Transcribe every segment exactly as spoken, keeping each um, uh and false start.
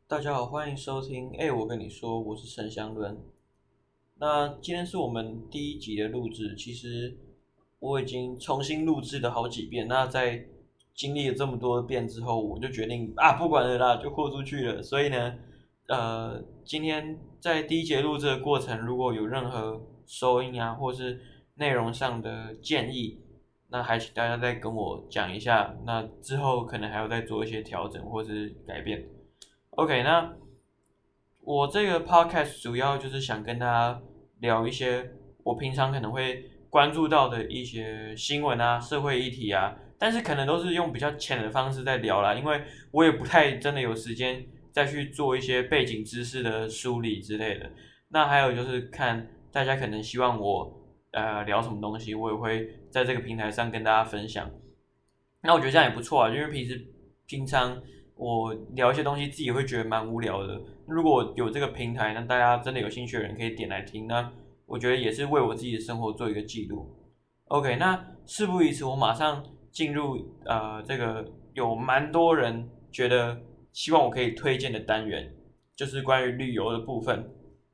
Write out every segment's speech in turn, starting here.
大家好，欢迎收听。哎、我跟你说，我是陈祥伦。那今天是我们第一集的录制，其实我已经重新录制了好几遍。那在经历了这么多遍之后，我就决定啊，不管了啦，就豁出去了。所以呢，呃，今天在第一节录制的过程，如果有任何收音啊，或是内容上的建议，那还请大家再跟我讲一下。那之后可能还要再做一些调整或是改变。OK，那我这个 podcast 主要就是想跟大家聊一些我平常可能会关注到的一些新闻啊、社会议题啊，但是可能都是用比较浅的方式在聊啦，因为我也不太真的有时间再去做一些背景知识的梳理之类的。那还有就是看大家可能希望我呃聊什么东西，我也会在这个平台上跟大家分享。那我觉得这样也不错啊，因为平时平常我聊一些东西，自己会觉得蛮无聊的。如果有这个平台，那大家真的有兴趣的人可以点来听，那我觉得也是为我自己的生活做一个记录。OK，那事不宜迟，我马上进入呃这个有蛮多人觉得希望我可以推荐的单元，就是关于旅游的部分。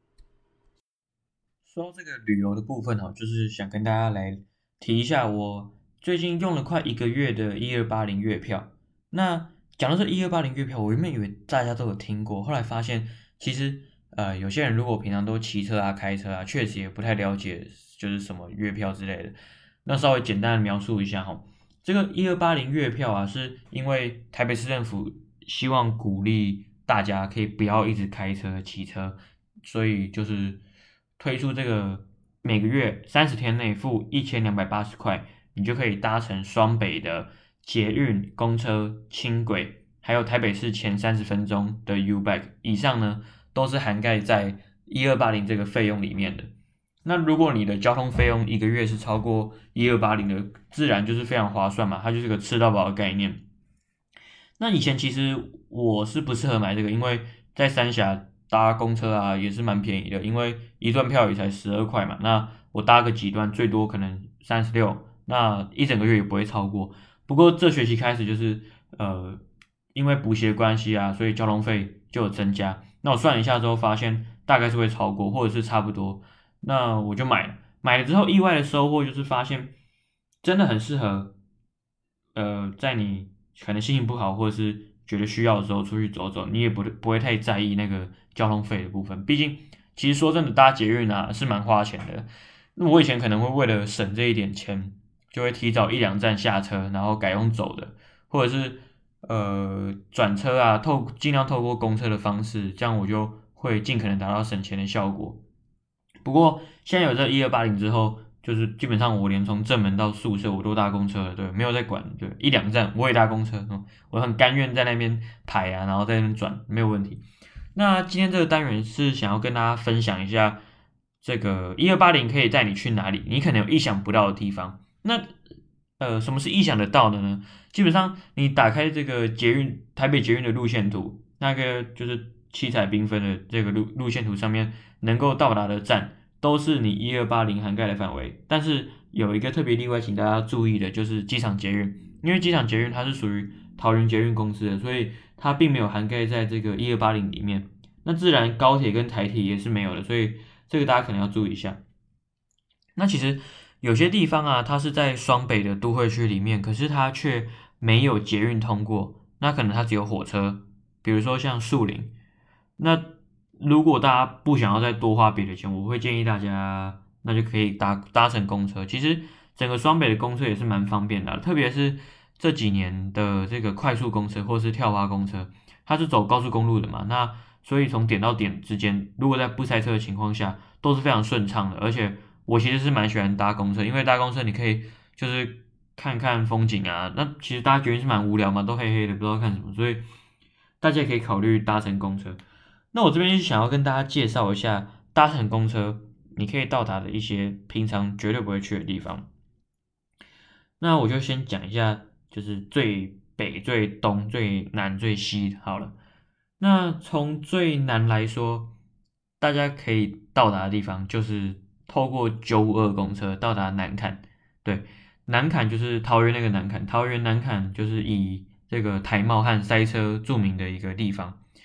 说到这个旅游的部分哦，就是想跟大家来提一下，我最近用了快一个月的一二八零月票。那讲到这一二八零月票，我原本以为大家都有听过，后来发现其实呃有些人如果平常都骑车啊、开车啊，确实也不太了解就是什么月票之类的。那稍微简单的描述一下哈，这个一二八零月票啊，是因为台北市政府希望鼓励大家可以不要一直开车、骑车，所以就是推出这个每个月三十天内付一千两百八十块，你就可以搭乘双北的捷运、公车、轻轨，还有台北市前三十分钟的 U-Bike，以上呢都是涵盖在一二八零这个费用里面的。那如果你的交通费用一个月是超过一二八零的，自然就是非常划算嘛，它就是个吃到饱的概念。那以前其实我是不适合买这个，因为在三峡搭公车啊也是蛮便宜的，因为一段票也才十二块嘛，那我搭个几段最多可能三十六，那一整个月也不会超过。不过这学期开始就是呃，因为补习的关系啊，所以交通费就有增加。那我算了一下之后发现大概是会超过，或者是差不多，那我就买了。买了之后意外的收获就是发现真的很适合，呃，在你可能心情不好或者是觉得需要的时候出去走走，你也不不会太在意那个交通费的部分。毕竟，其实说真的，搭捷运啊是蛮花钱的。那我以前可能会为了省这一点钱，就会提早一两站下车，然后改用走的，或者是呃转车啊，透尽量透过公车的方式，这样我就会尽可能达到省钱的效果。不过现在有这一二八零之后，就是基本上我连从正门到宿舍我都搭公车了，对，没有在管，对，一两站我也搭公车，嗯，我很甘愿在那边排啊，然后在那边转，没有问题。那今天这个单元是想要跟大家分享一下，这个一二八零可以带你去哪里，你可能有意想不到的地方。那呃，什么是意想得到的呢？基本上你打开这个捷运台北捷运的路线图，那个就是七彩缤纷的这个路路线图上面能够到达的站，都是你一二八零涵盖的范围。但是有一个特别例外，请大家注意的就是机场捷运，因为机场捷运它是属于桃园捷运公司的，所以它并没有涵盖在这个一二八零里面。那自然高铁跟台铁也是没有的，所以这个大家可能要注意一下。那其实有些地方啊，它是在双北的都会区里面，可是它却没有捷运通过，那可能它只有火车，比如说像树林。那如果大家不想要再多花别的钱，我会建议大家，那就可以搭搭乘公车。其实整个双北的公车也是蛮方便的啊，特别是这几年的这个快速公车或是跳花公车，它是走高速公路的嘛，那所以从点到点之间，如果在不塞车的情况下，都是非常顺畅的。而且我其实是蛮喜欢搭公车，因为搭公车你可以就是看看风景啊。那其实搭捷运是蛮无聊嘛，都黑黑的，不知道看什么，所以大家也可以考虑搭乘公车。那我这边是想要跟大家介绍一下搭乘公车你可以到达的一些平常绝对不会去的地方。那我就先讲一下，就是最北、最东、最南、最西好了。那从最南来说，大家可以到达的地方就是透过九五二公车到达南坎。对，南坎就是桃园那个南坎，桃园南坎就是以这个台贸和塞车著名的一个地方。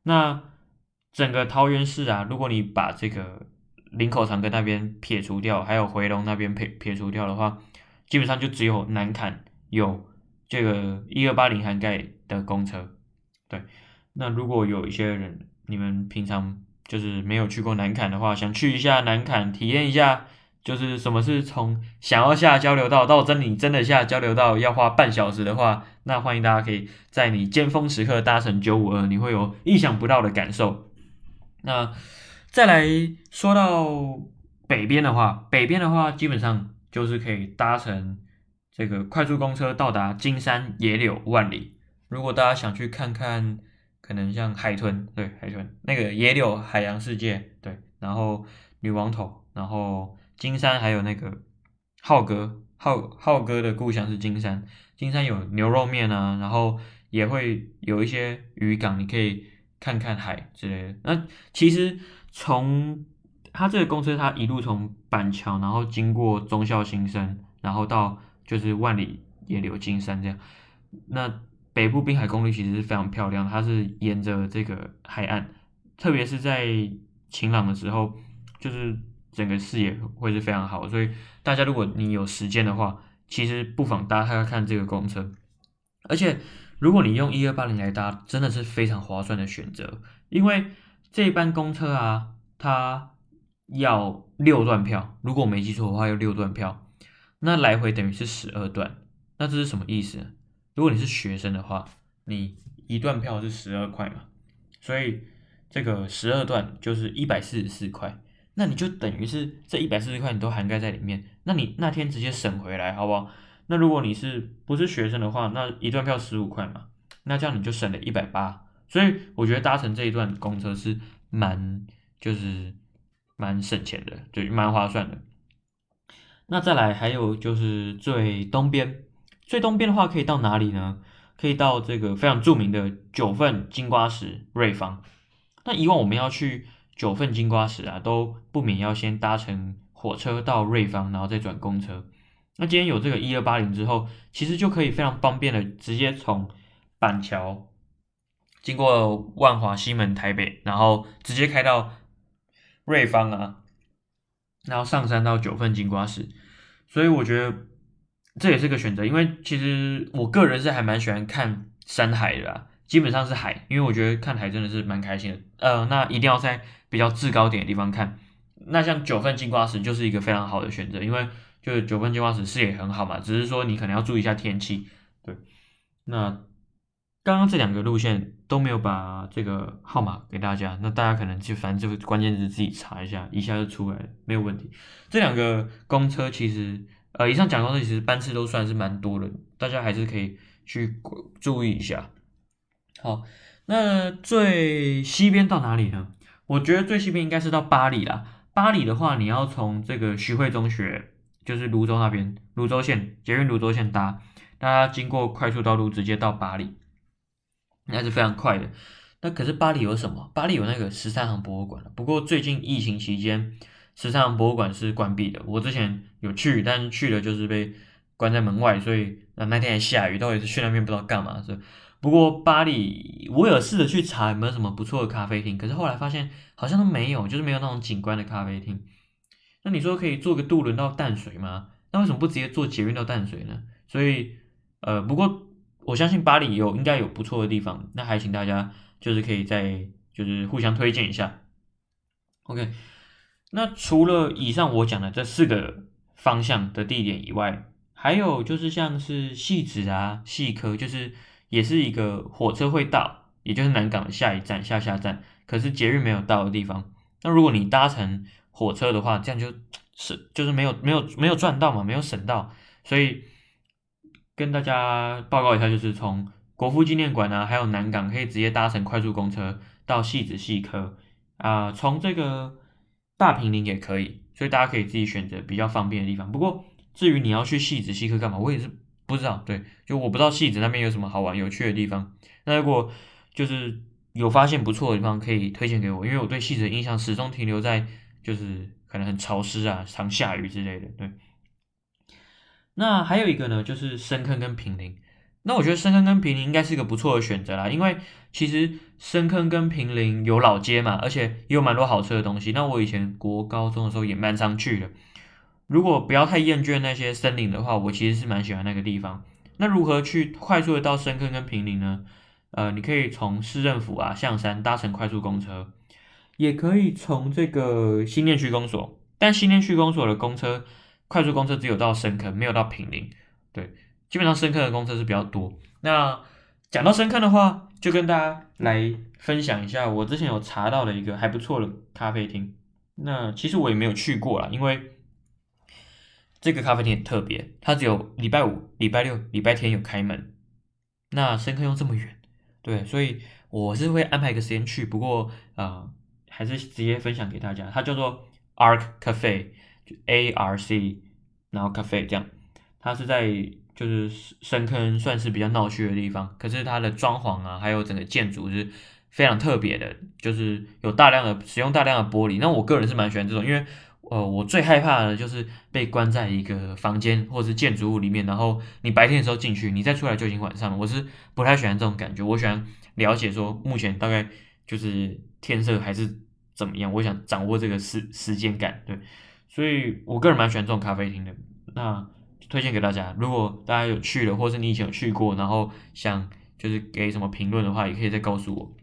那整个桃园市啊，如果你把这个林口长庚那边撇除掉，还有回龙那边撇撇除掉的话，基本上就只有南崁有这个一二八零涵盖的公车。对，那如果有一些人，你们平常就是没有去过南崁的话，想去一下南崁体验一下，就是什么是从想要下交流道到真你真的下交流道要花半小时的话，那欢迎大家可以在你尖峰时刻搭乘九五二，你会有意想不到的感受。那再来说到北边的话，北边的话基本上就是可以搭乘这个快速公车到达金山、野柳、万里。如果大家想去看看，可能像海豚，对海豚那个野柳海洋世界，对，然后女王头，然后金山还有那个浩哥，浩浩哥的故乡是金山，金山有牛肉面啊，然后也会有一些渔港，你可以看看海之类的。那其实从它这个公车，它一路从板桥，然后经过忠孝新生，然后到就是万里野柳金山这样。那北部滨海公路其实是非常漂亮，它是沿着这个海岸，特别是在晴朗的时候，就是整个视野会是非常好。所以大家如果你有时间的话，其实不妨搭看看这个公车。而且如果你用一二八零来搭，真的是非常划算的选择，因为这班公车啊，它要六段票，如果我没记错的话，要六段票，那来回等于是十二段。那这是什么意思呢？如果你是学生的话，你一段票是十二块嘛，所以这个十二段就是一百四十四块，那你就等于是这一百四十块你都涵盖在里面，那你那天直接省回来，好不好？那如果你是不是学生的话，那一段票十五块嘛，那这样你就省了一百八，所以我觉得搭乘这一段公车是蛮就是蛮省钱的，对，蛮划算的。那再来还有就是最东边，最东边的话可以到哪里呢？可以到这个非常著名的九份金瓜石瑞芳。那以往我们要去九份金瓜石啊，都不免要先搭乘火车到瑞芳，然后再转公车。那今天有这个一二八零之后，其实就可以非常方便的直接从板桥经过万华、西门、台北，然后直接开到瑞芳啊，然后上山到九份金瓜石。所以我觉得这也是个选择，因为其实我个人是还蛮喜欢看山海的啦，基本上是海，因为我觉得看海真的是蛮开心的。呃，那一定要在比较制高点的地方看。那像九份金瓜石就是一个非常好的选择，因为就是九份金瓜石视野很好嘛，只是说你可能要注意一下天气。对，那刚刚这两个路线都没有把这个号码给大家，那大家可能就反正就关键字自己查一下，一下就出来了，没有问题。这两个公车其实，呃，以上讲公车其实班次都算是蛮多的，大家还是可以去注意一下。好，那最西边到哪里呢？我觉得最西边应该是到八里啦。八里的话，你要从这个徐汇中学，就是泸州那边，泸州线捷运泸州线搭，大家经过快速道路直接到八里，那是非常快的。那可是巴黎有什么？巴黎有那个十三行博物馆，不过最近疫情期间，十三行博物馆是关闭的。我之前有去，但是去了就是被关在门外，所以那那天还下雨，到底是去那边不知道干嘛。是不过巴黎，我有试着去查有没有什么不错的咖啡厅，可是后来发现好像都没有，就是没有那种景观的咖啡厅。那你说可以坐个渡轮到淡水吗？那为什么不直接坐捷运到淡水呢？所以呃，不过我相信巴黎有应该有不错的地方，那还请大家就是可以再就是互相推荐一下。OK，那除了以上我讲的这四个方向的地点以外，还有就是像是汐止啊、汐科，就是也是一个火车会到，也就是南港的下一站、下下站，可是捷运没有到的地方。那如果你搭乘火车的话，这样就是就是没有没有没有赚到嘛，没有省到，所以跟大家报告一下，就是从国父纪念馆啊，还有南港可以直接搭乘快速公车到汐止汐科啊，从这个大坪林也可以，所以大家可以自己选择比较方便的地方。不过至于你要去汐止汐科干嘛，我也是不知道，对，就我不知道汐止那边有什么好玩有趣的地方。那如果就是有发现不错的地方，可以推荐给我，因为我对汐止的印象始终停留在就是可能很潮湿啊，常下雨之类的，对。那还有一个呢，就是深坑跟平林。 那我觉得深坑跟平林应该是一个不错的选择啦，因为其实深坑跟平林有老街嘛，而且也有蛮多好吃的东西。那我以前国高中的时候也蛮常去的。如果不要太厌倦那些森林的话，我其实是蛮喜欢那个地方。那如何去快速的到深坑跟平林呢？呃，你可以从市政府啊象山搭乘快速公车，也可以从这个新店区公所，但新店区公所的公车快速公车只有到深坑，没有到平林。对，基本上深坑的公车是比较多。那讲到深坑的话，就跟大家来分享一下我之前有查到的一个还不错的咖啡厅。那其实我也没有去过啦，因为这个咖啡厅很特别，它只有礼拜五、礼拜六、礼拜天有开门。那深坑又这么远，对，所以我是会安排一个时间去，不过呃，还是直接分享给大家。它叫做 Arc Cafe，就 A R C，然后 Cafe 这样。它是在就是深坑算是比较闹区的地方，可是它的装潢啊，还有整个建筑是非常特别的，就是有大量的使用大量的玻璃。那我个人是蛮喜欢这种，因为呃，我最害怕的就是被关在一个房间或是建筑物里面，然后你白天的时候进去，你再出来就已经晚上了。我是不太喜欢这种感觉，我喜欢了解说目前大概就是天色还是怎么样，我想掌握这个时时间感，对，所以我个人蛮喜欢这种咖啡厅的。那推荐给大家，如果大家有去的，或是你以前有去过，然后想就是给什么评论的话，也可以再告诉我。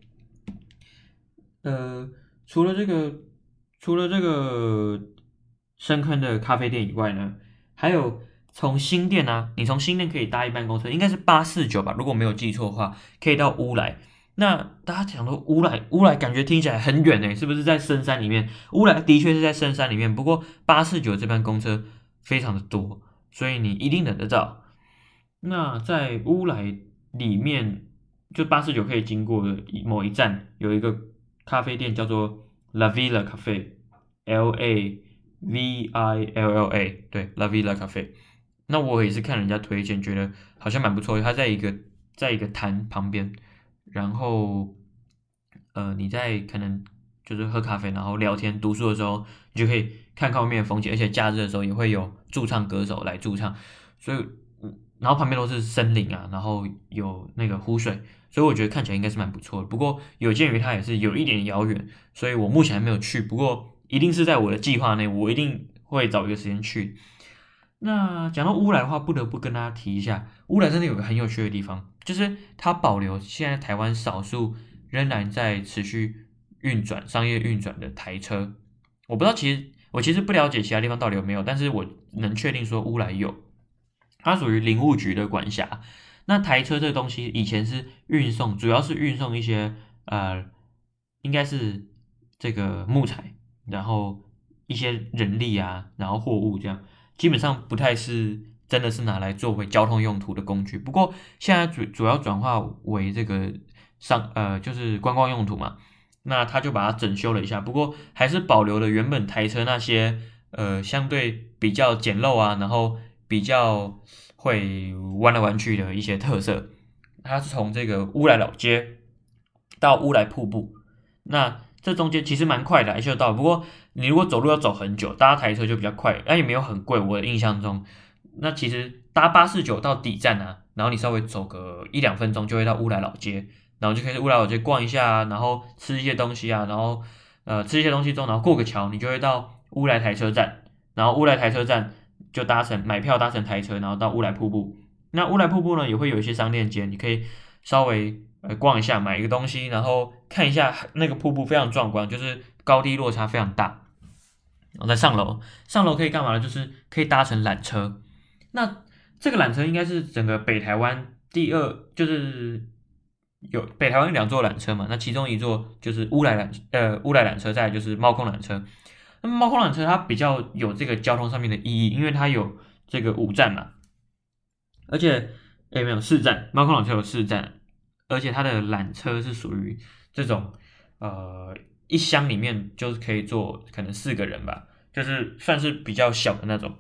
呃，除了这个，除了这个深坑的咖啡店以外呢，还有从新店啊，你从新店可以搭一班公车，应该是八四九吧，如果没有记错的话，可以到乌来。那大家讲说乌来，乌来感觉听起来很远诶，是不是在深山里面？乌来的确是在深山里面，不过八四九这班公车非常的多，所以你一定等得到。那在乌来里面，就八四九可以经过的某一站有一个咖啡店叫做 La Villa Cafe，L A V I L L A，对，La Villa Cafe。那我也是看人家推荐，觉得好像蛮不错的。它在一个在一个潭旁边，然后呃你在可能就是喝咖啡，然后聊天读书的时候，你就可以看看外面的风景，而且假日的时候也会有驻唱歌手来驻唱，所以嗯然后旁边都是森林啊，然后有那个湖水，所以我觉得看起来应该是蛮不错的。不过有鉴于它也是有一点遥远，所以我目前还没有去。不过一定是在我的计划内，我一定会找一个时间去。那讲到乌来的话，不得不跟大家提一下，乌来真的有个很有趣的地方，就是它保留现在台湾少数仍然在持续运转、商业运转的台车。我不知道，其实我其实不了解其他地方到底有没有，但是我能确定说乌来有。它属于林务局的管辖。那台车这个东西以前是运送，主要是运送一些呃，应该是这个木材，然后一些人力啊，然后货物这样，基本上不太是真的是拿来作为交通用途的工具。不过现在主主要转化为这个商呃就是观光用途嘛，那他就把它整修了一下，不过还是保留了原本台车那些呃相对比较简陋啊，然后比较会弯来弯去的一些特色。它是从这个乌来老街到乌来瀑布，那这中间其实蛮快的，就到。不过你如果走路要走很久，搭台车就比较快，那也没有很贵。我的印象中，那其实搭八四九到底站啊，然后你稍微走个一两分钟就会到乌来老街，然后就可以在乌来老街逛一下啊，然后吃一些东西啊，然后呃吃一些东西之后，然后过个桥，你就会到乌来台车站，然后乌来台车站就搭乘买票搭乘台车，然后到乌来瀑布。那乌来瀑布呢也会有一些商店街，你可以稍微呃逛一下，买一个东西，然后看一下那个瀑布非常壮观，就是高低落差非常大。然后再上楼，上楼可以干嘛呢？就是可以搭乘缆车。那这个缆车应该是整个北台湾第二，就是有北台湾有两座缆车嘛，那其中一座就是乌来缆呃乌来缆车，再来就是猫空缆车。那么猫空缆车它比较有这个交通上面的意义，因为它有这个五站嘛，而且诶没有四站，猫空缆车有四站，而且它的缆车是属于这种呃一厢里面就是可以坐可能四个人吧，就是算是比较小的那种。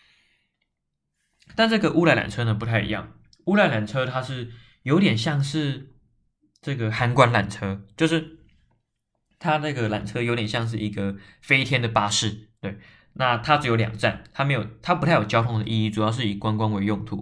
但这个乌来缆车呢不太一样，乌来缆车它是有点像是这个韩馆缆车，就是它那个缆车有点像是一个飞天的巴士，对，那它只有两站，它没有，它不太有交通的意义，主要是以观光为用途。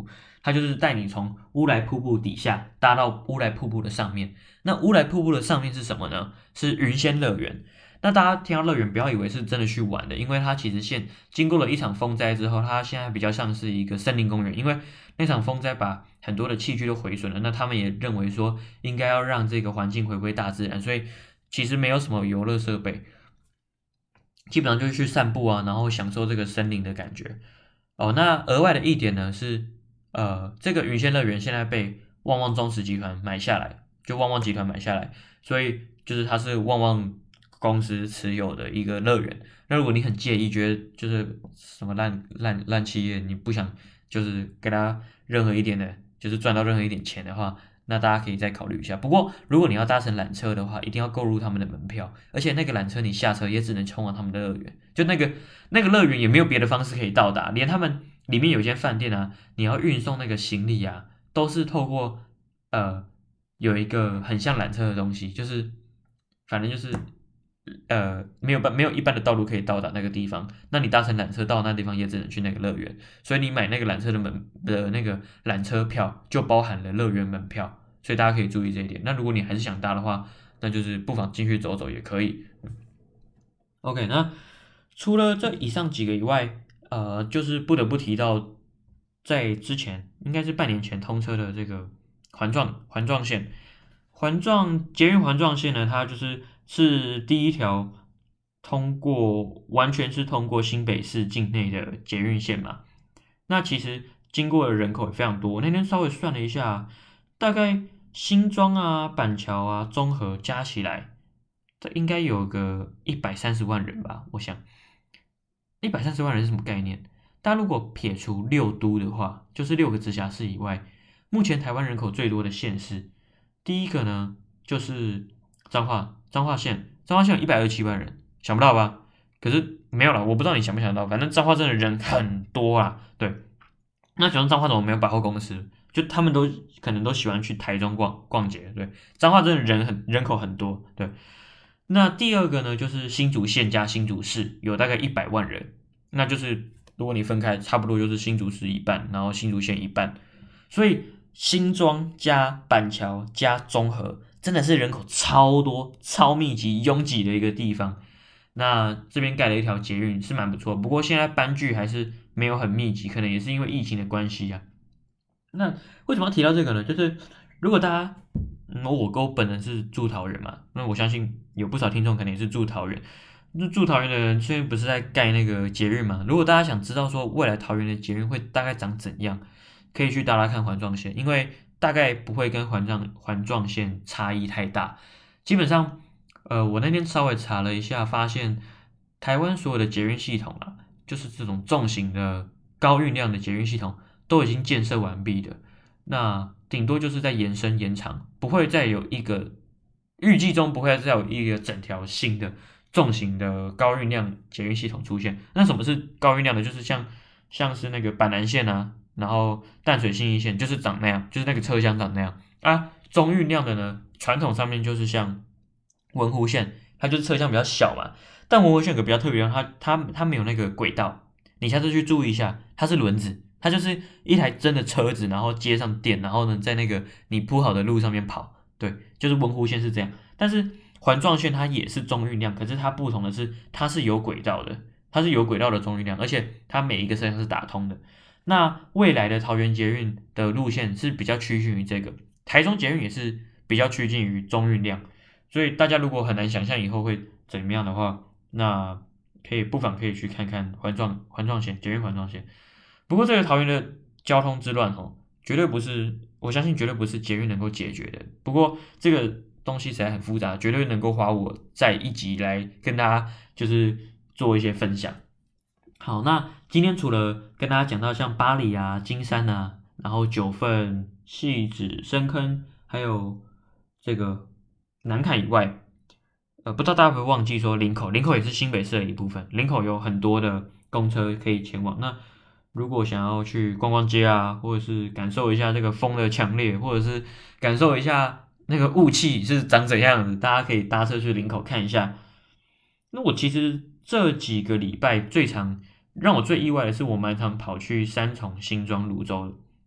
它就是带你从乌来瀑布底下搭到乌来瀑布的上面。那乌来瀑布的上面是什么呢？是云仙乐园。那大家听到乐园，不要以为是真的去玩的，因为它其实现经过了一场风灾之后，它现在比较像是一个森林公园，因为那场风灾把很多的器具都毁损了，那他们也认为说应该要让这个环境回归大自然，所以其实没有什么游乐设备，基本上就是去散步啊，然后享受这个森林的感觉。哦，那额外的一点呢是，呃，这个云仙乐园现在被旺旺中实集团买下来，就旺旺集团买下来，所以就是它是旺旺公司持有的一个乐园。那如果你很介意，觉得就是什么烂烂烂企业，你不想就是给他任何一点的，就是赚到任何一点钱的话，那大家可以再考虑一下。不过如果你要搭乘缆车的话，一定要购入他们的门票，而且那个缆车你下车也只能通往他们的乐园，就那个那个乐园也没有别的方式可以到达，连他们里面有一间饭店啊，你要运送那个行李啊，都是透过呃有一个很像缆车的东西，就是反正就是呃没有办没有一般的道路可以到达那个地方，那你搭乘缆车到那地方也只能去那个乐园，所以你买那个缆车的门的那个缆车票就包含了乐园门票，所以大家可以注意这一点。那如果你还是想搭的话，那就是不妨进去走走也可以。OK，那除了这以上几个以外，呃，就是不得不提到，在之前应该是半年前通车的这个环状环状线，环状捷运环状线呢，它就是是第一条通过完全是通过新北市境内的捷运线嘛。那其实经过的人口也非常多，我那天稍微算了一下，大概新庄啊、板桥啊、中和加起来。这应该有个一百三十万人吧，我想一百三十万人是什么概念？大家如果撇除六都的话，就是六个直辖市以外，目前台湾人口最多的县市，第一个呢就是彰化，彰化县，彰化县有一百二十七万人，想不到吧？可是没有了，我不知道你想不想到，反正彰化镇的人很多啊，对。那想彰化怎么没有百货公司？就他们都可能都喜欢去台中逛逛街，对。彰化镇的人很人口很多，对。那第二个呢，就是新竹县加新竹市，有大概一百万人，那就是如果你分开，差不多就是新竹市一半，然后新竹县一半，所以新庄加板桥加中和，真的是人口超多、超密集、拥挤的一个地方。那这边盖了一条捷运是蛮不错，不过现在班距还是没有很密集，可能也是因为疫情的关系啊。那为什么要提到这个呢？就是如果大家嗯，我哥本人是住桃园嘛，那我相信有不少听众肯定是住桃园。那住桃园的人，现在不是在盖那个捷运嘛？如果大家想知道说未来桃园的捷运会大概长怎样，可以去搭搭看环状线，因为大概不会跟环状环状线差异太大。基本上，呃，我那天稍微查了一下，发现台湾所有的捷运系统啊，就是这种重型的高运量的捷运系统都已经建设完毕的。那顶多就是在延伸延长，不会再有一个预计中不会再有一个整条新的重型的高运量捷运系统出现。那什么是高运量的？就是像像是那个板南线啊，然后淡水信义线，就是长那样，就是那个车厢长那样啊。中运量的呢，传统上面就是像文湖线，它就是车厢比较小嘛。但文湖线有个比较特别，它它它没有那个轨道，你下次去注意一下，它是轮子。它就是一台真的车子，然后接上电，然后呢，在那个你铺好的路上面跑，对，就是文湖线是这样。但是环状线它也是中运量，可是它不同的是，它是有轨道的，它是有轨道的中运量，而且它每一个车厢是打通的。那未来的桃园捷运的路线是比较趋近于这个，台中捷运也是比较趋近于中运量，所以大家如果很难想象以后会怎么样的话，那可以不妨可以去看看环状环状线捷运环状线。不过这个桃园的交通之乱哦，绝对不是，我相信绝对不是捷运能够解决的。不过这个东西实在很复杂，绝对能够花我在一集来跟大家就是做一些分享。好，那今天除了跟大家讲到像巴黎啊、金山啊，然后九份、汐止、深坑，还有这个南坎以外，呃，不知道大家会不会忘记说林口，林口也是新北市的一部分，林口有很多的公车可以前往。那如果想要去逛逛街啊，或者是感受一下这个风的强烈，或者是感受一下那个雾气是长怎样子，大家可以搭车去林口看一下。那我其实这几个礼拜最常让我最意外的是，我蛮常跑去三重、新庄、泸州的。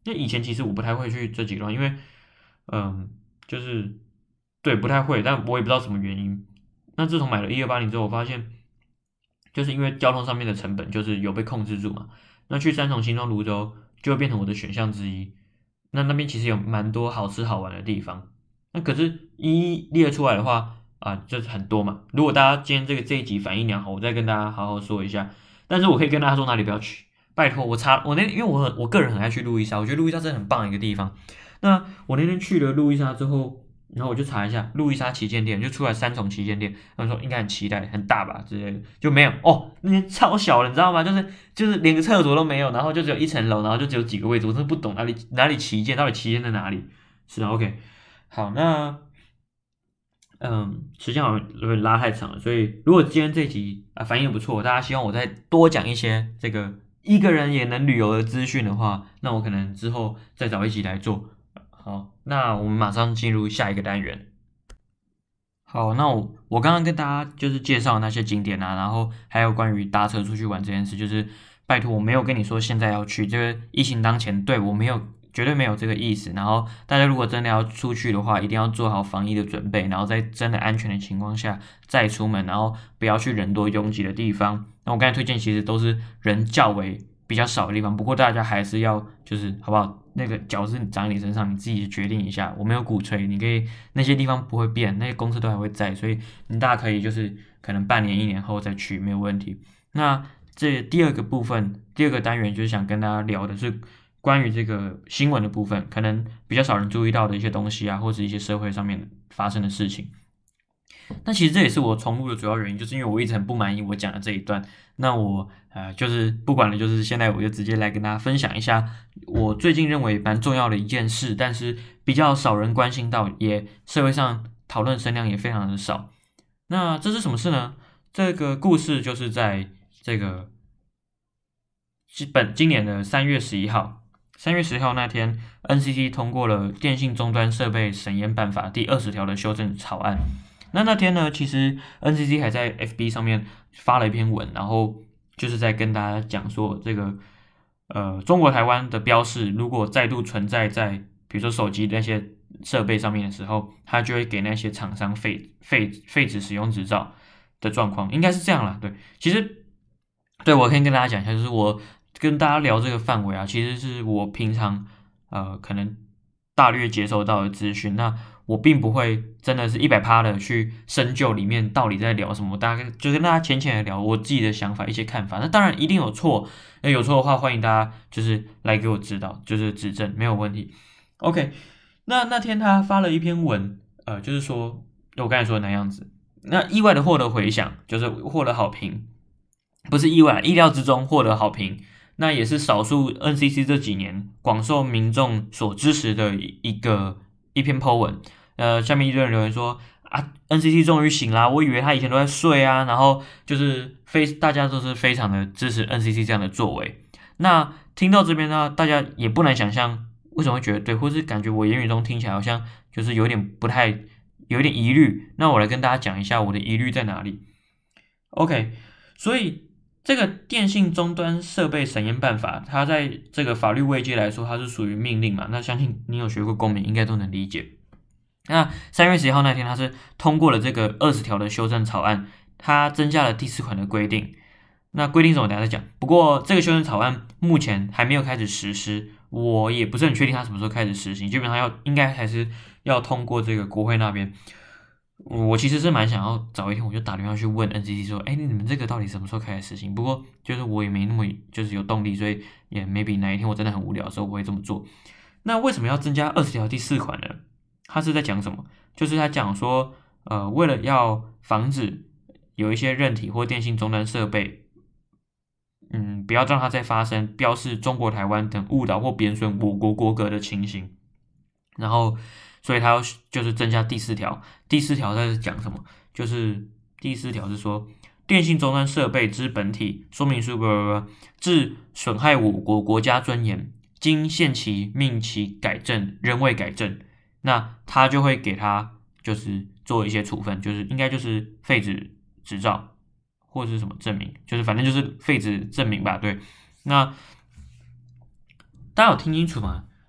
因为以前其实我不太会去这几个地方，因为嗯，就是对不太会，但我也不知道什么原因。那自从买了一二八零之后，我发现就是因为交通上面的成本就是有被控制住嘛，那去三重、新庄、泸州就会变成我的选项之一。那那边其实有蛮多好吃好玩的地方，那可是一一列出来的话啊，就是很多嘛。如果大家今天这个这一集反应良好，我再跟大家好好说一下。但是我可以跟大家说哪里不要去，拜托我查我那因为我很我个人很爱去路易莎，我觉得路易莎真的很棒的一个地方。那我那天去了路易莎之后，然后我就查一下路易莎旗舰店，就出来三重旗舰店，他们说应该很期待，很大吧之类的，就没有哦，那间超小的，你知道吗？就是就是连个厕所都没有，然后就只有一层楼，然后就只有几个位置，我真的不懂哪里哪里旗舰，到底旗舰在哪里？是啊，OK，好，那嗯，时间好像有点拉太长了，所以如果今天这集啊反应不错，大家希望我再多讲一些这个一个人也能旅游的资讯的话，那我可能之后再找一集来做。好，那我们马上进入下一个单元。好，那我我刚刚跟大家就是介绍那些景点啊，然后还有关于搭车出去玩这件事，就是拜托我没有跟你说现在要去，这个疫情当前，对我没有绝对没有这个意思。然后大家如果真的要出去的话，一定要做好防疫的准备，然后在真的安全的情况下再出门，然后不要去人多拥挤的地方。那我刚才推荐其实都是人较为比较少的地方，不过大家还是要就是好不好？那个脚是长你身上，你自己决定一下。我没有鼓吹，你可以那些地方不会变，那些公司都还会在，所以你大家可以就是可能半年、一年后再去没有问题。那这第二个部分，第二个单元就是想跟大家聊的是关于这个新闻的部分，可能比较少人注意到的一些东西啊，或者一些社会上面发生的事情。那其实这也是我重录的主要原因，就是因为我一直很不满意我讲的这一段。那我呃就是不管了，就是现在我就直接来跟大家分享一下我最近认为蛮重要的一件事，但是比较少人关心到，也社会上讨论声量也非常的少。那这是什么事呢？这个故事就是在这个本今年的三月十一号，三月十一号那天 ，N C C 通过了电信终端设备审验办法第二十条的修正草案。那那天呢，其实 N C C 还在 F B 上面发了一篇文，然后就是在跟大家讲说，这个呃中国台湾的标示如果再度存在在比如说手机那些设备上面的时候，它就会给那些厂商废废废止使用执照的状况，应该是这样啦。对，其实对我可以跟大家讲一下，就是我跟大家聊这个范围啊，其实是我平常呃可能大略接收到的资讯，那我并不会真的是一百趴的去深究里面到底在聊什么，大概就跟大家浅浅的聊我自己的想法、一些看法。那当然一定有错，那有错的话欢迎大家就是来给我指导，就是指正，没有问题。OK，那那天他发了一篇文，呃，就是说我刚才说的那样子，那意外的获得回响，就是获得好评。不是意外，意料之中获得好评，那也是少数 N C C 这几年广受民众所支持的一个一篇 po 文。呃，下面一堆人留言说啊，N C C 终于醒啦，我以为他以前都在睡啊，然后就是非大家都是非常的支持 N C C 这样的作为。那听到这边呢，大家也不难想象为什么会觉得对，或是感觉我言语中听起来好像就是有点不太有点疑虑。那我来跟大家讲一下我的疑虑在哪里。OK，所以。这个电信终端设备审验办法，它在这个法律位阶来说，它是属于命令嘛？那相信你有学过公民，应该都能理解。那三月十一号那天，它是通过了这个二十条的修正草案，它增加了第四款的规定。那规定什么？等下再讲。不过这个修正草案目前还没有开始实施，我也不是很确定它什么时候开始实行。基本上要应该还是要通过这个国会那边。我其实是蛮想要早一天我就打电话去问 N C C 说，哎，你们这个到底什么时候开始实行？不过就是我也没那么就是有动力，所以也 maybe 哪一天我真的很无聊的时候我会这么做。那为什么要增加二十条第四款呢？他是在讲什么？就是他讲说，呃，为了要防止有一些韧体或电信终端设备，嗯，不要让它再发生标示中国台湾等误导或贬损我国国格的情形，然后。所以他要就是增加第四条，第四条它是讲什么？就是第四条是说，电信终端设备之本体说明书，致损害我国国家尊严，经限期命其改正，仍未改正，那他就会给他就是做一些处分，就是应该就是废止执照或者是什么证明，就是反正就是废止证明吧。对，那大家有听清楚吗？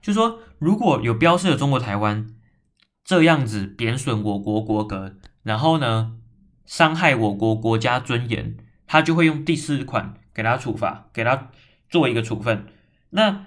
就说如果有标示的中国台湾这样子贬损我国国格，然后呢伤害我国国家尊严，他就会用第四款给他处罚，给他做一个处分。那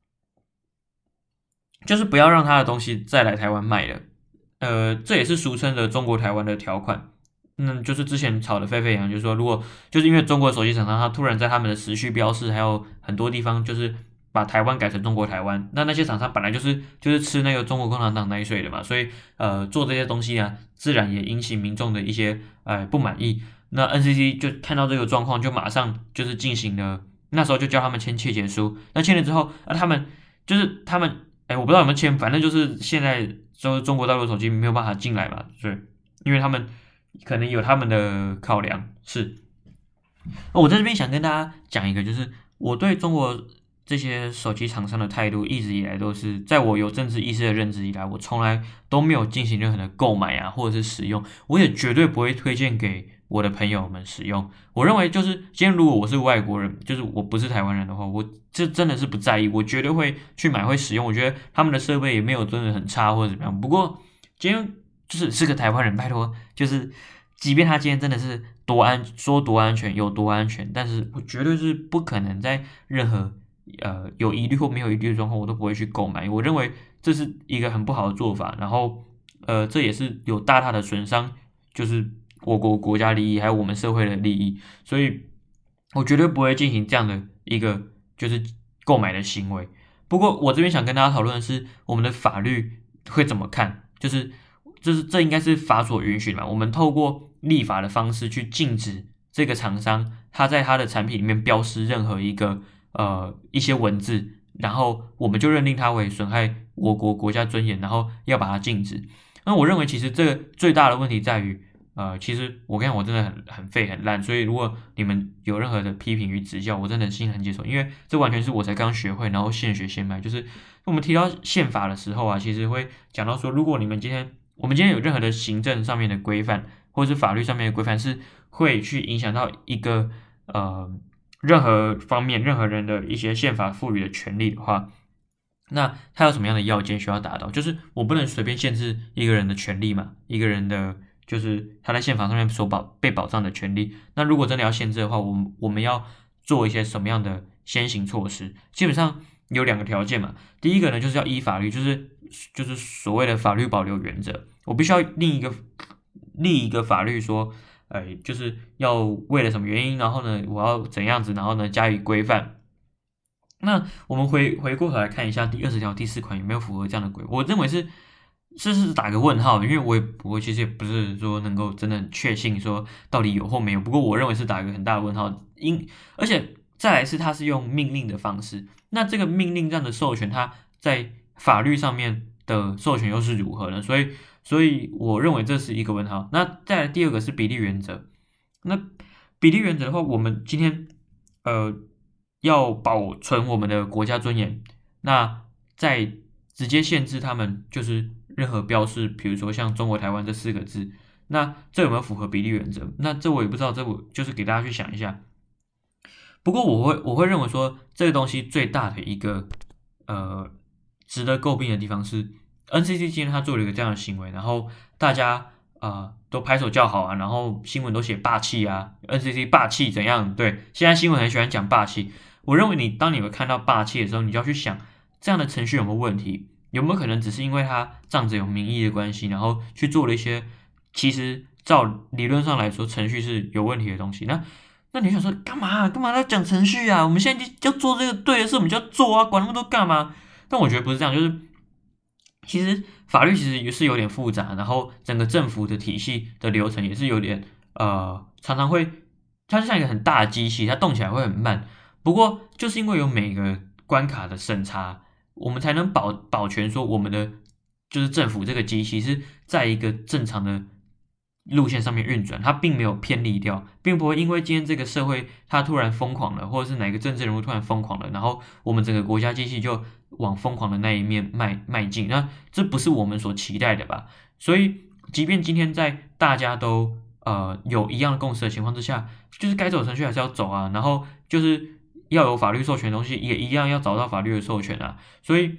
就是不要让他的东西再来台湾卖了。呃，这也是俗称的中国台湾的条款。嗯，就是之前吵得沸沸扬扬，就是说，如果就是因为中国的手机厂商，他突然在他们的时序标示，还有很多地方就是把台湾改成中国台湾，那那些厂商本来就是就是吃那个中国共产党奶水的嘛，所以呃做这些东西啊，自然也引起民众的一些呃不满意。那 N C C 就看到这个状况，就马上就是进行了，那时候就叫他们签切结书。那签了之后，那、啊、他们就是他们，哎，我不知道有没有签，反正就是现在就是中国大陆手机没有办法进来嘛，所以因为他们。可能有他们的考量，是。我在这边想跟大家讲一个，就是我对中国这些手机厂商的态度，一直以来都是，在我有政治意识的认知以来，我从来都没有进行任何的购买啊，或者是使用，我也绝对不会推荐给我的朋友们使用。我认为就是，今天如果我是外国人，就是我不是台湾人的话，我这真的是不在意，我绝对会去买会使用。我觉得他们的设备也没有真的很差或者怎么样。不过今天。就是是个台湾人，拜托，就是即便他今天真的是多安说多安全有多安全，但是我绝对是不可能在任何呃有疑虑或没有疑虑的状况，我都不会去购买。我认为这是一个很不好的做法，然后呃这也是有大大的损伤，就是我国国家利益还有我们社会的利益，所以我绝对不会进行这样的一个就是购买的行为。不过我这边想跟大家讨论的是，我们的法律会怎么看，就是。就是这应该是法所允许的嘛？我们透过立法的方式去禁止这个厂商，他在他的产品里面标示任何一个呃一些文字，然后我们就认定它为损害我国国家尊严，然后要把它禁止。那我认为其实这个最大的问题在于，呃，其实我跟你讲，我真的很很废很烂，所以如果你们有任何的批评与指教，我真的心很接受，因为这完全是我才刚学会，然后现学现卖。就是我们提到宪法的时候啊，其实会讲到说，如果你们今天我们今天有任何的行政上面的规范，或者是法律上面的规范，是会去影响到一个呃任何方面、任何人的一些宪法赋予的权利的话，那他有什么样的要件需要达到？就是我不能随便限制一个人的权利嘛，一个人的就是他在宪法上面所保被保障的权利。那如果真的要限制的话，我们我们要做一些什么样的先行措施？基本上有两个条件嘛。第一个呢，就是要依法律，就是就是所谓的法律保留原则。我必须要立一个立一个法律说，呃，就是要为了什么原因，然后呢，我要怎样子，然后呢加以规范。那我们回回过头来看一下第二十条第四款有没有符合这样的规？我认为是是是打个问号，因为我也我其实也不是说能够真的很确信说到底有或没有。不过我认为是打一个很大的问号，因而且再来是它是用命令的方式，那这个命令这样的授权，它在法律上面的授权又是如何呢？所以。所以我认为这是一个问号。那再来第二个是比例原则。那比例原则的话，我们今天呃要保存我们的国家尊严，那在直接限制他们就是任何标示，比如说像中国台湾这四个字，那这有没有符合比例原则？那这我也不知道，这我就是给大家去想一下。不过我会我会认为说，这个东西最大的一个呃值得诟病的地方是。N C C 今天他做了一个这样的行为，然后大家啊、呃、都拍手叫好啊，然后新闻都写霸气啊 ，N C C 霸气怎样？对，现在新闻很喜欢讲霸气。我认为你当你有看到霸气的时候，你就要去想这样的程序有没有问题，有没有可能只是因为他仗着有民意的关系，然后去做了一些其实照理论上来说程序是有问题的东西。那那你想说干嘛干嘛要讲程序啊？我们现在就要做这个对的事，我们就要做啊，管那么多干嘛？但我觉得不是这样，就是。其实法律其实也是有点复杂，然后整个政府的体系的流程也是有点呃，常常会它就像一个很大的机器，它动起来会很慢。不过就是因为有每个关卡的审查，我们才能保保全说我们的就是政府这个机器是在一个正常的路线上面运转，它并没有偏离掉，并不会因为今天这个社会它突然疯狂了，或者是哪个政治人物突然疯狂了，然后我们整个国家机器就往疯狂的那一面迈迈进，那这不是我们所期待的吧？所以，即便今天在大家都呃有一样的共识的情况之下，就是该走的程序还是要走啊，然后就是要有法律授权的东西，也一样要找到法律的授权啊。所以，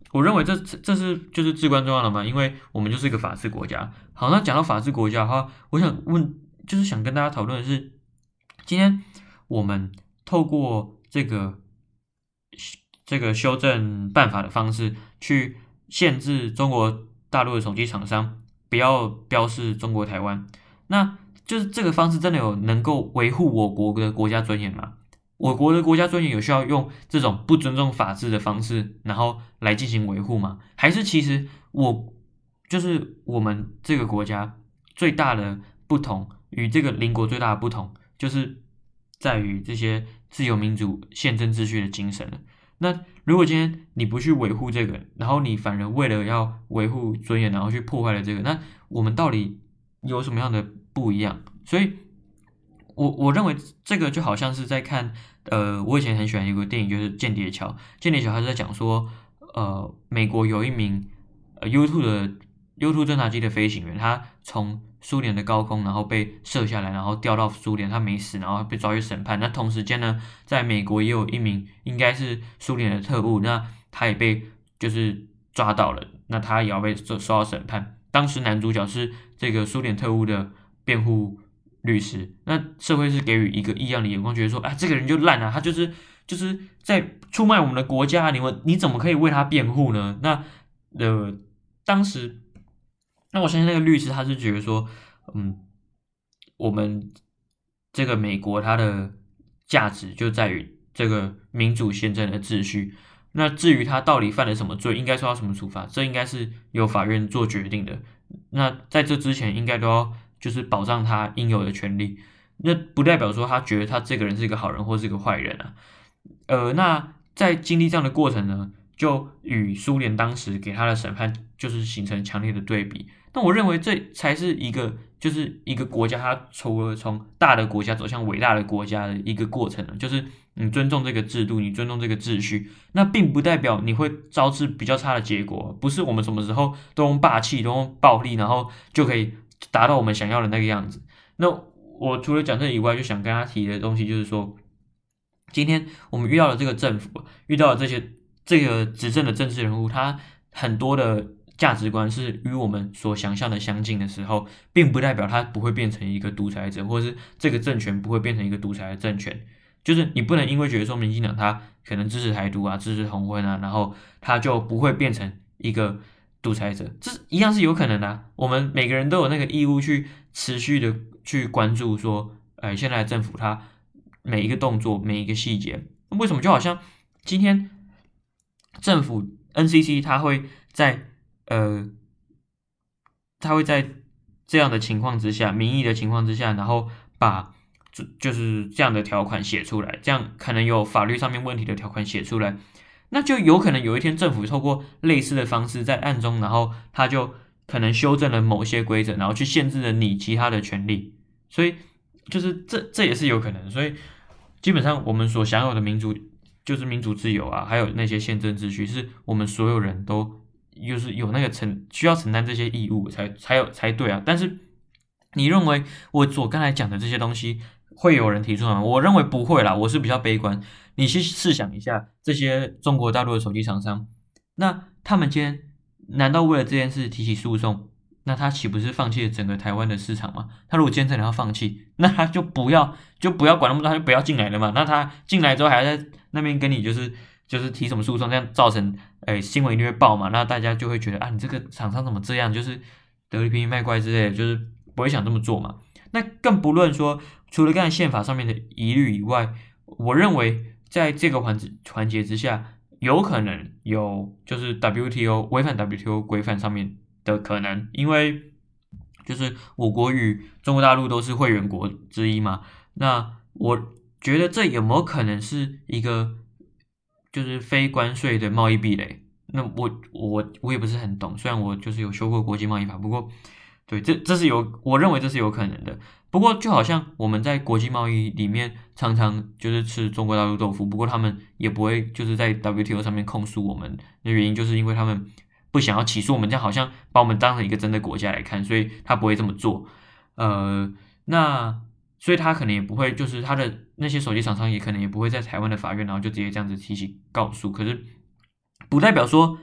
我认为这这是就是至关重要的嘛，因为我们就是一个法治国家。好，那讲到法治国家的话，我想问，就是想跟大家讨论的是，今天我们透过这个这个修正办法的方式，去限制中国大陆的手机厂商不要标示中国台湾，那就是这个方式真的有能够维护我国的国家尊严吗？我国的国家尊严有需要用这种不尊重法治的方式，然后来进行维护吗？还是其实我就是我们这个国家最大的不同与这个邻国最大的不同，就是在于这些自由民主宪政秩序的精神了。那如果今天你不去维护这个，然后你反而为了要维护尊严，然后去破坏了这个，那我们到底有什么样的不一样？所以我我认为这个就好像是在看，呃，我以前很喜欢一个电影，就是《间谍桥》。间谍桥他是在讲说，呃，美国有一名呃 U 二 的 U 二 侦察机的飞行员，他从苏联的高空，然后被射下来，然后掉到苏联，他没死，然后被抓去审判。那同时间呢，在美国也有一名应该是苏联的特务，那他也被就是抓到了，那他也要被受受到审判。当时男主角是这个苏联特务的辩护律师，那社会是给予一个异样的眼光，觉得说，啊，这个人就烂啊，他就是就是在出卖我们的国家，你们你怎么可以为他辩护呢？那呃，当时，那我相信那个律师他是觉得说，嗯，我们这个美国它的价值就在于这个民主宪政的秩序。那至于他到底犯了什么罪，应该受到什么处罚，这应该是由法院做决定的。那在这之前，应该都要就是保障他应有的权利。那不代表说他觉得他这个人是一个好人或是一个坏人啊。呃，那在经历这样的过程呢，就与苏联当时给他的审判就是形成强烈的对比。那我认为这才是一个就是一个国家，它除了从大的国家走向伟大的国家的一个过程呢，就是你尊重这个制度，你尊重这个秩序，那并不代表你会招致比较差的结果，不是我们什么时候都用霸气、都用暴力，然后就可以达到我们想要的那个样子。那我除了讲这以外，就想跟他提的东西就是说，今天我们遇到了这个政府，遇到了这些这个执政的政治人物，他很多的价值观是与我们所想象的相近的时候，并不代表他不会变成一个独裁者，或者是这个政权不会变成一个独裁的政权。就是你不能因为觉得说民进党他可能支持台独啊，支持同婚啊，然后他就不会变成一个独裁者，这一样是有可能的啊。我们每个人都有那个义务去持续的去关注说，哎，现在的政府他每一个动作、每一个细节，为什么就好像今天政府 N C C 它会在呃，它会在这样的情况之下，民意的情况之下，然后把就就是这样的条款写出来，这样可能有法律上面问题的条款写出来，那就有可能有一天政府透过类似的方式在暗中，然后他就可能修正了某些规则，然后去限制了你其他的权利，所以就是这这也是有可能，所以基本上我们所享有的民主就是民主自由啊，还有那些宪政秩序，是我们所有人都就是有那个承需要承担这些义务才才有才对啊。但是你认为我所刚才讲的这些东西会有人提出吗？我认为不会啦，我是比较悲观。你去试想一下，这些中国大陆的手机厂商，那他们今天难道为了这件事提起诉讼？那他岂不是放弃了整个台湾的市场吗？他如果今天真的要放弃，那他就不要就不要管那么多，他就不要进来了嘛。那他进来之后还在那边跟你就是就是提什么诉讼，这样造成诶新闻一定会爆嘛，那大家就会觉得啊，你这个厂商怎么这样，就是得理便宜卖乖之类的，就是不会想这么做嘛。那更不论说，除了刚才宪法上面的疑虑以外，我认为在这个环环节之下，有可能有就是 W T O 违反 W T O 规范上面的可能，因为就是我国与中国大陆都是会员国之一嘛，那我觉得这有没有可能是一个就是非关税的贸易壁垒？那我我我也不是很懂，虽然我就是有修过国际贸易法，不过对，这这是有，我认为这是有可能的。不过就好像我们在国际贸易里面常常就是吃中国大陆豆腐，不过他们也不会就是在 W T O 上面控诉我们的原因，就是因为他们不想要起诉我们，这样好像把我们当成一个真的国家来看，所以他不会这么做。呃，那所以他可能也不会，就是他的那些手机厂商也可能也不会在台湾的法院，然后就直接这样子提起告诉。可是不代表说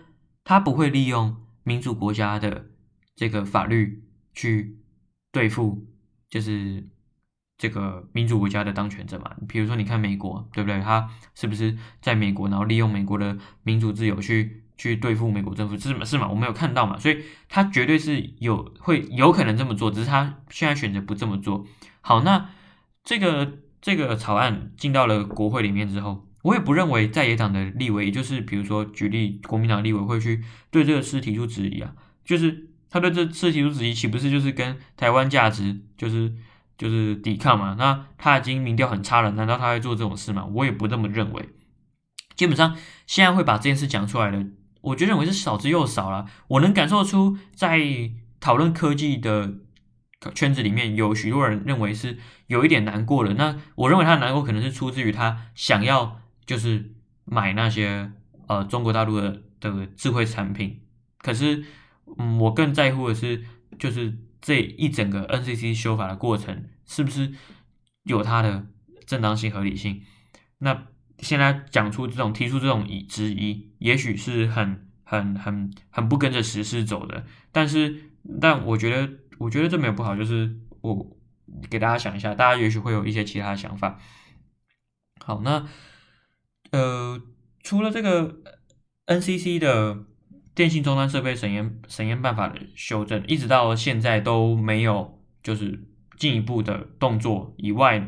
他不会利用民主国家的这个法律去对付，就是这个民主国家的当权者嘛。比如说，你看美国，对不对？他是不是在美国，然后利用美国的民主自由去去对付美国政府？是是嘛？我没有看到嘛，所以他绝对是有会有可能这么做，只是他现在选择不这么做。好，那这个这个草案进到了国会里面之后，我也不认为在野党的立委，也就是比如说举例国民党立委会去对这个事提出质疑啊，就是他对这事提出质疑，岂不是就是跟台湾价值就是就是抵抗嘛？那他已经民调很差了，难道他会做这种事吗？我也不这么认为。基本上现在会把这件事讲出来的，我就认为是少之又少了。我能感受出在讨论科技的圈子里面，有许多人认为是有一点难过的。那我认为他的难过可能是出自于他想要就是买那些呃中国大陆的的智慧产品，可是嗯，我更在乎的是就是这一整个 N C C 修法的过程是不是有它的正当性合理性。那现在讲出这种提出这种质疑，也许是很很很很不跟着时事走的，但是但我觉得我觉得这没有不好，就是我给大家想一下，大家也许会有一些其他的想法。好，那呃除了这个 N C C 的电信终端设备审验审验办法的修正，一直到现在都没有就是进一步的动作以外，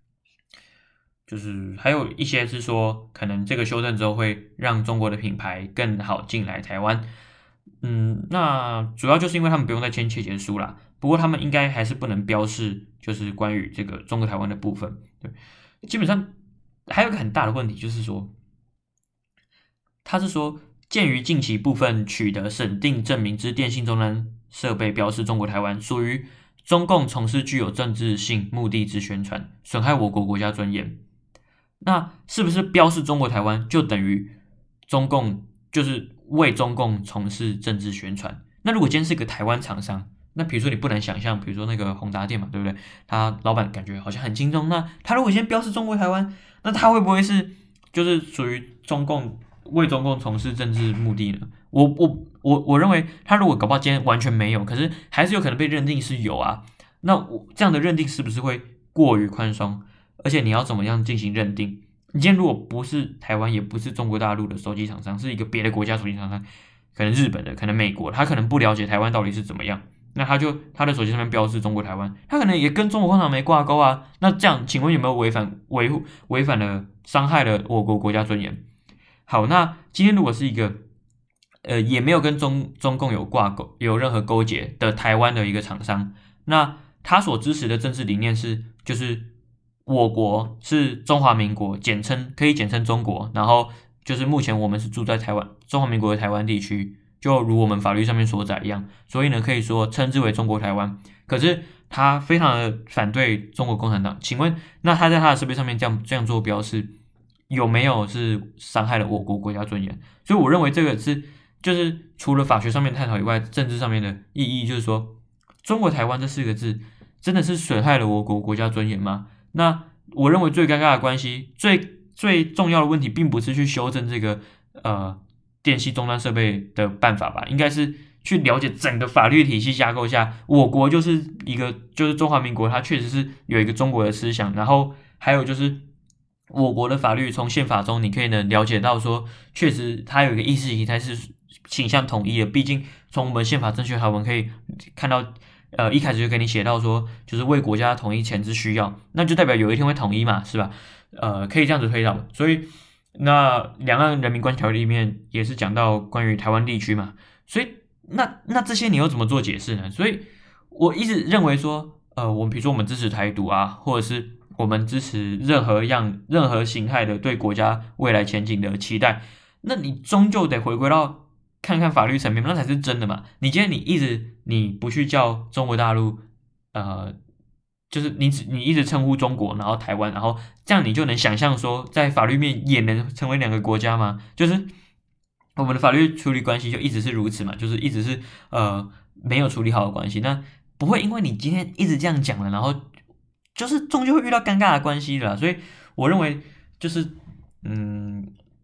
就是还有一些是说，可能这个修正之后会让中国的品牌更好进来台湾。嗯，那主要就是因为他们不用再签切结书啦。不过他们应该还是不能标示，就是关于这个中国台湾的部分。对，基本上还有一个很大的问题就是说，他是说，鉴于近期部分取得审定证明之电信终端设备标示中国台湾，属于中共从事具有政治性目的之宣传，损害我国国家尊严。那是不是标示中国台湾就等于中共就是为中共从事政治宣传？那如果今天是个台湾厂商，那比如说你不能想象，比如说那个宏达电嘛，对不对？他老板感觉好像很轻松，那他如果先标示中国台湾，那他会不会是就是属于中共为中共从事政治目的呢？我我我我认为他如果搞不好今天完全没有，可是还是有可能被认定是有啊。那我这样的认定是不是会过于宽松？而且你要怎么样进行认定？你今天如果不是台湾，也不是中国大陆的手机厂商，是一个别的国家手机厂商，可能日本的，可能美国，他可能不了解台湾到底是怎么样，那他就他的手机上面标示中国台湾，他可能也跟中国工厂没挂钩啊。那这样，请问有没有违反维护违反了伤害了我国国家尊严？好，那今天如果是一个呃也没有跟中中共有挂钩、有任何勾结的台湾的一个厂商，那他所支持的政治理念是就是。我国是中华民国，简称可以简称中国，然后就是目前我们是住在台湾中华民国的台湾地区，就如我们法律上面所载一样，所以呢可以说称之为中国台湾。可是他非常的反对中国共产党，请问那他在他的设备上面这样这样做标示，有没有是伤害了我国国家尊严？所以我认为这个是就是除了法学上面探讨以外，政治上面的意义就是说，中国台湾这四个字真的是损害了我国国家尊严吗？那我认为最尴尬的关系，最最重要的问题，并不是去修正这个呃电信终端设备的办法吧，应该是去了解整个法律体系架构下，我国就是一个就是中华民国，它确实是有一个中国的思想，然后还有就是我国的法律从宪法中你可以能了解到说，确实它有一个意识形态是倾向统一的，毕竟从我们宪法正确条文可以看到。呃，一开始就给你写到说，就是为国家统一前之需要，那就代表有一天会统一嘛，是吧？呃，可以这样子推导。所以，那两岸人民关系条例里面也是讲到关于台湾地区嘛，所以那那这些你又怎么做解释呢？所以我一直认为说，呃，我们比如说我们支持台独啊，或者是我们支持任何样、任何形态的对国家未来前景的期待，那你终究得回归到。看看法律层面，那才是真的嘛。你今天你一直你不去叫中国大陆，呃，就是你只你一直称呼中国，然后台湾，然后这样你就能想象说，在法律面也能成为两个国家吗？就是我们的法律处理关系就一直是如此嘛，就是一直是呃没有处理好的关系。那不会因为你今天一直这样讲了，然后就是终究会遇到尴尬的关系的啦。所以我认为就是嗯。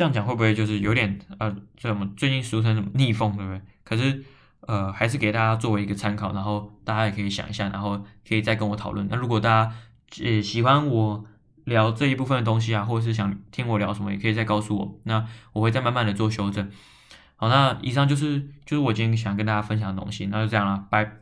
这样讲会不会就是有点呃，这我们最近俗称什么逆风，对不对？可是呃，还是给大家作为一个参考，然后大家也可以想一下，然后可以再跟我讨论。那如果大家呃喜欢我聊这一部分的东西啊，或者是想听我聊什么，也可以再告诉我，那我会再慢慢的做修正。好，那以上就是就是我今天想跟大家分享的东西，那就这样啦，拜。